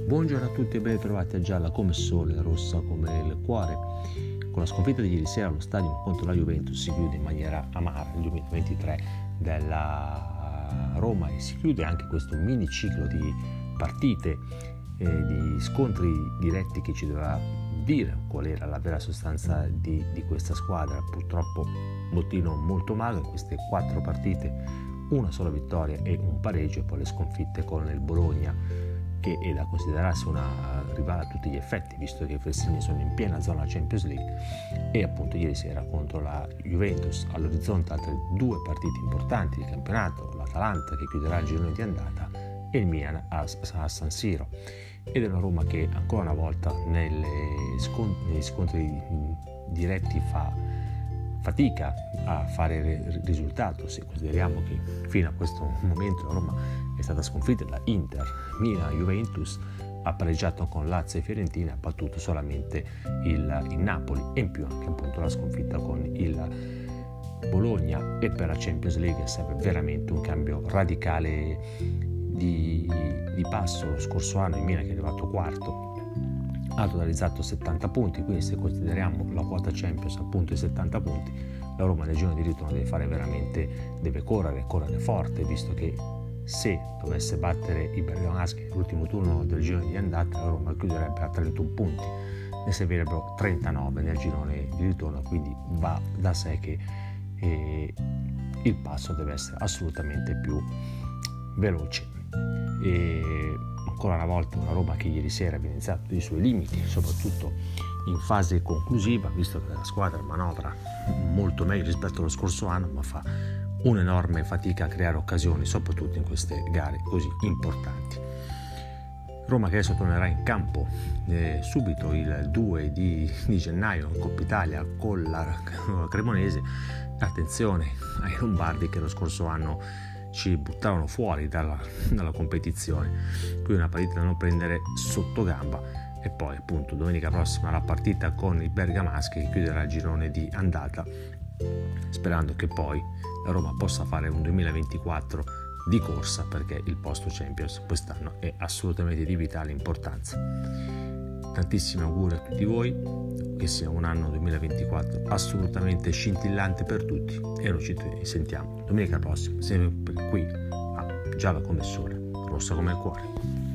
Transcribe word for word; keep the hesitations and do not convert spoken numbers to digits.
Buongiorno a tutti e ben ritrovati a Gialla come il sole, rossa come il cuore. Con la sconfitta di ieri sera allo stadio contro la Juventus si chiude in maniera amara il duemilaventitré della Roma e si chiude anche questo mini ciclo di partite e di scontri diretti che ci doveva dire qual era la vera sostanza di, di questa squadra. Purtroppo bottino molto magro in queste quattro partite, una sola vittoria e un pareggio, e poi le sconfitte con il Bologna, che è da considerarsi una rivale a tutti gli effetti, visto che i Felsinei sono in piena zona Champions League, e appunto ieri sera contro la Juventus. All'orizzonte altre due partite importanti di campionato, l'Atalanta che chiuderà il girone di andata e il Milan a, a San Siro, ed è una Roma che ancora una volta nelle scont- negli scontri diretti fa fatica a fare il risultato, se consideriamo che fino a questo momento la Roma è stata sconfitta da Inter, Milan, Juventus, ha pareggiato con Lazio e Fiorentina, ha battuto solamente il, il Napoli, e in più anche appunto la sconfitta con il Bologna. E per la Champions League serve veramente un cambio radicale di, di passo. Lo scorso anno il Milan, che è arrivato quarto, ha totalizzato settanta punti, quindi se consideriamo la quota Champions appunto i settanta punti, la Roma nel girone di ritorno deve fare veramente, deve correre, correre forte, visto che se dovesse battere i bergamaschi nell'ultimo turno del girone di andata, la Roma chiuderebbe a trentuno punti, ne servirebbero trentanove nel girone di ritorno, quindi va da sé che eh, il passo deve essere assolutamente più veloce. E ancora una volta una Roma che ieri sera ha evidenziato i suoi limiti, soprattutto in fase conclusiva, visto che la squadra manovra molto meglio rispetto allo scorso anno, ma fa un'enorme fatica a creare occasioni, soprattutto in queste gare così importanti. Roma che adesso tornerà in campo eh, subito il due di, di gennaio in Coppa Italia con la Cremonese. Attenzione ai lombardi che lo scorso anno ci buttarono fuori dalla, dalla competizione, qui una partita da non prendere sotto gamba. E poi appunto domenica prossima la partita con i bergamaschi che chiuderà il girone di andata, sperando che poi la Roma possa fare un duemilaventiquattro di corsa, perché il posto Champions quest'anno è assolutamente di vitale importanza. Tantissimi auguri a tutti voi, che sia un anno duemilaventiquattro assolutamente scintillante per tutti, e noi ci sentiamo domenica prossima sempre qui a Gialla come il sole, rossa come il cuore.